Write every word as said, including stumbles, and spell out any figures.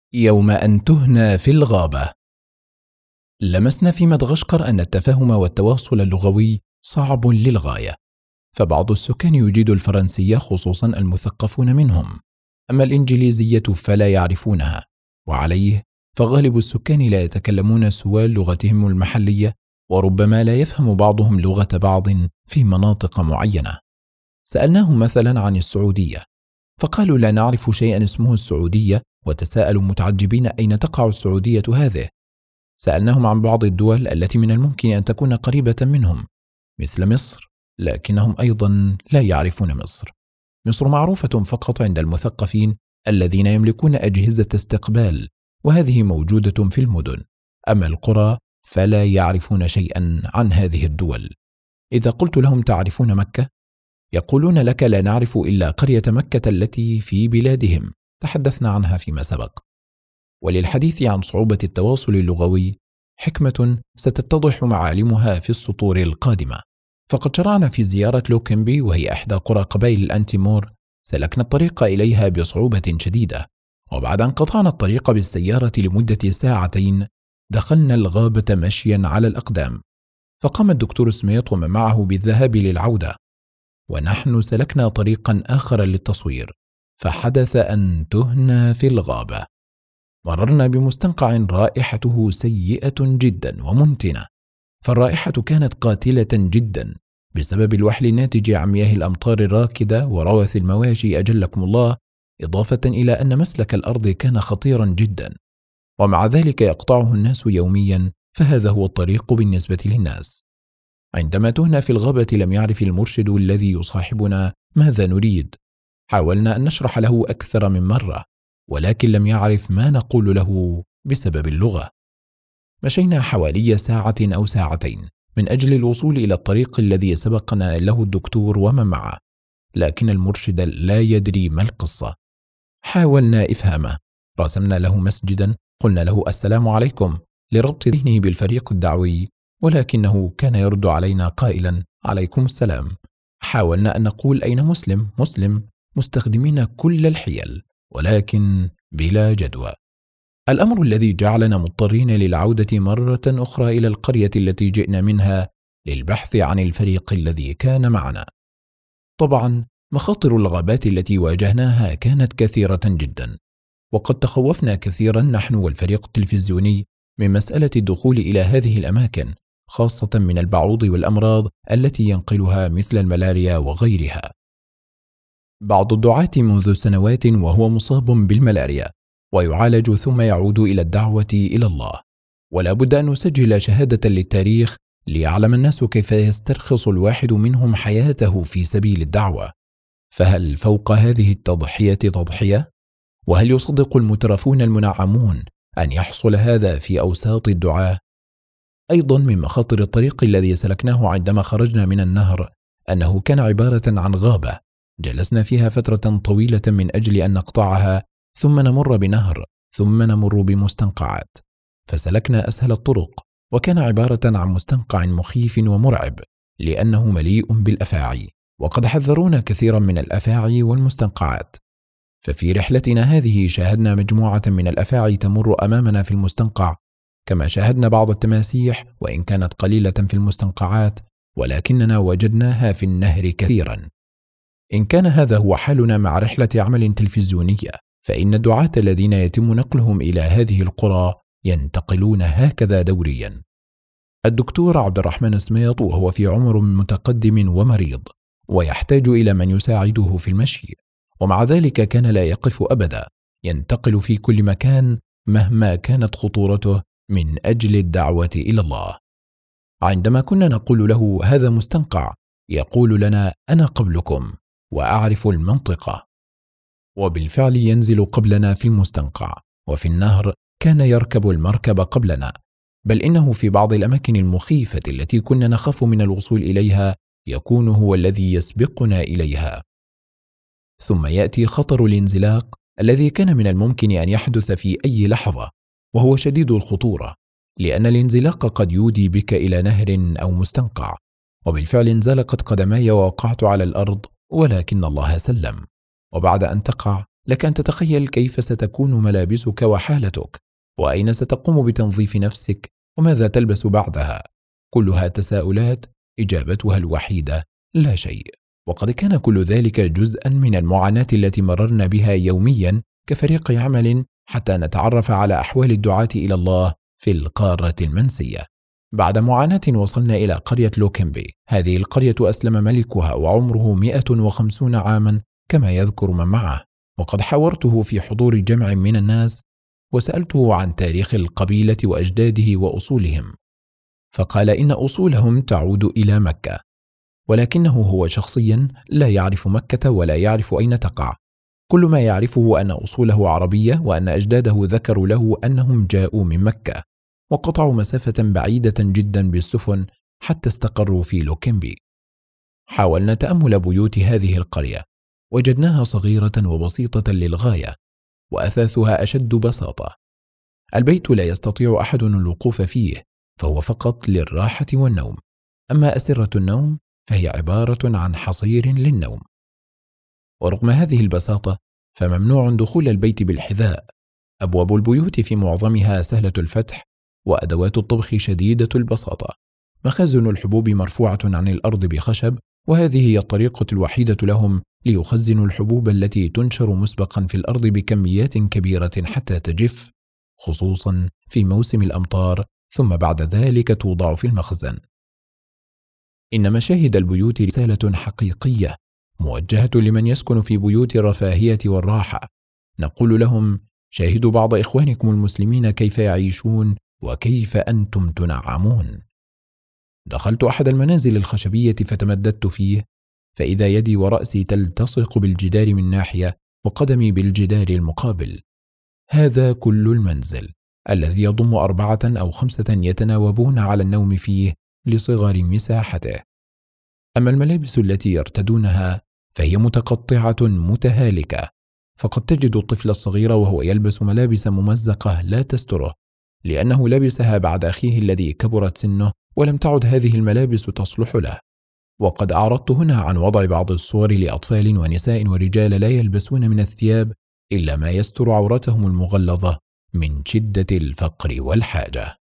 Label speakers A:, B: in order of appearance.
A: يوم أن تهنى في الغابة. لمسنا في مدغشقر أن التفاهم والتواصل اللغوي صعب للغاية، فبعض السكان يجيد الفرنسية خصوصا المثقفون منهم، أما الإنجليزية فلا يعرفونها، وعليه فغالب السكان لا يتكلمون سوى لغتهم المحلية، وربما لا يفهم بعضهم لغة بعض في مناطق معينة. سألناهم مثلا عن السعودية، فقالوا لا نعرف شيئا اسمه السعودية، وتساءلوا متعجبين أين تقع السعودية هذه. سألناهم عن بعض الدول التي من الممكن أن تكون قريبة منهم مثل مصر، لكنهم أيضا لا يعرفون مصر. مصر معروفة فقط عند المثقفين الذين يملكون أجهزة استقبال، وهذه موجودة في المدن، أما القرى فلا يعرفون شيئا عن هذه الدول. إذا قلت لهم تعرفون مكة؟ يقولون لك لا نعرف إلا قرية مكة التي في بلادهم، تحدثنا عنها فيما سبق. وللحديث عن صعوبة التواصل اللغوي حكمة ستتضح معالمها في السطور القادمة. فقد شرعنا في زيارة لوكمبي، وهي إحدى قرى قبائل الأنتيمور. سلكنا الطريق إليها بصعوبة شديدة، وبعد أن قطعنا الطريق بالسيارة لمدة ساعتين دخلنا الغابة مشيا على الأقدام، فقام الدكتور سميث ومن معه بالذهاب للعودة، ونحن سلكنا طريقا آخر للتصوير، فحدث أن تهنى في الغابة. مررنا بمستنقع رائحته سيئة جدا ومنتنة، فالرائحة كانت قاتلة جدا بسبب الوحل الناتج عن مياه الأمطار الراكدة وروث المواشي أجلكم الله، إضافة إلى أن مسلك الأرض كان خطيرا جدا، ومع ذلك يقطعه الناس يوميا، فهذا هو الطريق بالنسبة للناس. عندما تهنى في الغابة لم يعرف المرشد الذي يصاحبنا ماذا نريد. حاولنا أن نشرح له أكثر من مرة، ولكن لم يعرف ما نقول له بسبب اللغة. مشينا حوالي ساعة أو ساعتين من أجل الوصول إلى الطريق الذي سبقنا له الدكتور ومن معه، لكن المرشد لا يدري ما القصة. حاولنا إفهامه، رسمنا له مسجدا، قلنا له السلام عليكم لربط ذهنه بالفريق الدعوي، ولكنه كان يرد علينا قائلا عليكم السلام. حاولنا أن نقول أين مسلم مسلم مستخدمين كل الحيل، ولكن بلا جدوى. الأمر الذي جعلنا مضطرين للعودة مرة أخرى إلى القرية التي جئنا منها للبحث عن الفريق الذي كان معنا. طبعا مخاطر الغابات التي واجهناها كانت كثيرة جدا، وقد تخوفنا كثيرا نحن والفريق التلفزيوني من مسألة الدخول إلى هذه الأماكن، خاصة من البعوض والأمراض التي ينقلها مثل الملاريا وغيرها. بعض الدعاة منذ سنوات وهو مصاب بالملاريا ويعالج ثم يعود إلى الدعوة إلى الله، ولا بد أن نسجل شهادة للتاريخ ليعلم الناس كيف يسترخص الواحد منهم حياته في سبيل الدعوة. فهل فوق هذه التضحية تضحية؟ وهل يصدق المترفون المنعمون أن يحصل هذا في أوساط الدعاة؟ أيضا من مخاطر الطريق الذي سلكناه عندما خرجنا من النهر أنه كان عبارة عن غابة جلسنا فيها فترة طويلة من أجل أن نقطعها، ثم نمر بنهر، ثم نمر بمستنقعات، فسلكنا أسهل الطرق، وكان عبارة عن مستنقع مخيف ومرعب لأنه مليء بالأفاعي، وقد حذرونا كثيرا من الأفاعي والمستنقعات. ففي رحلتنا هذه شاهدنا مجموعة من الأفاعي تمر أمامنا في المستنقع، كما شاهدنا بعض التماسيح وإن كانت قليلة في المستنقعات، ولكننا وجدناها في النهر كثيرا. إن كان هذا هو حالنا مع رحلة عمل تلفزيونية، فإن الدعاة الذين يتم نقلهم إلى هذه القرى ينتقلون هكذا دوريا. الدكتور عبد الرحمن سميط وهو في عمر متقدم ومريض ويحتاج إلى من يساعده في المشي، ومع ذلك كان لا يقف أبدا، ينتقل في كل مكان مهما كانت خطورته من أجل الدعوة إلى الله. عندما كنا نقول له هذا مستنقع يقول لنا أنا قبلكم وأعرف المنطقة، وبالفعل ينزل قبلنا في المستنقع، وفي النهر كان يركب المركب قبلنا، بل إنه في بعض الأماكن المخيفة التي كنا نخاف من الوصول إليها يكون هو الذي يسبقنا إليها. ثم يأتي خطر الانزلاق الذي كان من الممكن أن يحدث في أي لحظة، وهو شديد الخطورة، لأن الانزلاق قد يودي بك إلى نهر أو مستنقع، وبالفعل انزلقت قدماي ووقعت على الأرض، ولكن الله سلم. وبعد أن تقع لك أن تتخيل كيف ستكون ملابسك وحالتك، وأين ستقوم بتنظيف نفسك، وماذا تلبس بعدها. كلها تساؤلات إجابتها الوحيدة لا شيء. وقد كان كل ذلك جزءا من المعاناة التي مررنا بها يوميا كفريق عمل حتى نتعرف على أحوال الدعاة إلى الله في القارة المنسية. بعد معاناة وصلنا إلى قرية لوكيمبي. هذه القرية أسلم ملكها وعمره مئة وخمسين عاما كما يذكر من معه، وقد حاورته في حضور جمع من الناس وسألته عن تاريخ القبيلة وأجداده وأصولهم، فقال إن أصولهم تعود إلى مكة، ولكنه هو شخصيا لا يعرف مكة ولا يعرف أين تقع. كل ما يعرفه أن أصوله عربية، وأن أجداده ذكروا له أنهم جاءوا من مكة وقطعوا مسافة بعيدة جدا بالسفن حتى استقروا في لوكيمبي. حاولنا تأمل بيوت هذه القرية، وجدناها صغيرة وبسيطة للغاية، وأثاثها أشد بساطة. البيت لا يستطيع أحد الوقوف فيه، فهو فقط للراحة والنوم، أما أسرة النوم فهي عبارة عن حصير للنوم. ورغم هذه البساطة فممنوع دخول البيت بالحذاء. أبواب البيوت في معظمها سهلة الفتح، وأدوات الطبخ شديدة البساطة. مخازن الحبوب مرفوعة عن الأرض بخشب، وهذه هي الطريقة الوحيدة لهم ليخزنوا الحبوب التي تنشر مسبقا في الأرض بكميات كبيرة حتى تجف، خصوصا في موسم الأمطار، ثم بعد ذلك توضع في المخزن. إن مشاهد البيوت رسالة حقيقية موجهة لمن يسكن في بيوت الرفاهية والراحة. نقول لهم: شاهدوا بعض إخوانكم المسلمين كيف يعيشون وكيف أنتم تنعمون. دخلت أحد المنازل الخشبية فتمددت فيه، فإذا يدي ورأسي تلتصق بالجدار من ناحية وقدمي بالجدار المقابل. هذا كل المنزل الذي يضم أربعة أو خمسة يتناوبون على النوم فيه لصغر مساحته. أما الملابس التي يرتدونها فهي متقطعة متهالكة، فقد تجد الطفل الصغير وهو يلبس ملابس ممزقة لا تستره، لأنه لبسها بعد أخيه الذي كبرت سنه ولم تعد هذه الملابس تصلح له. وقد أعرضت هنا عن وضع بعض الصور لأطفال ونساء ورجال لا يلبسون من الثياب إلا ما يستر عورتهم المغلظة من شدة الفقر والحاجة.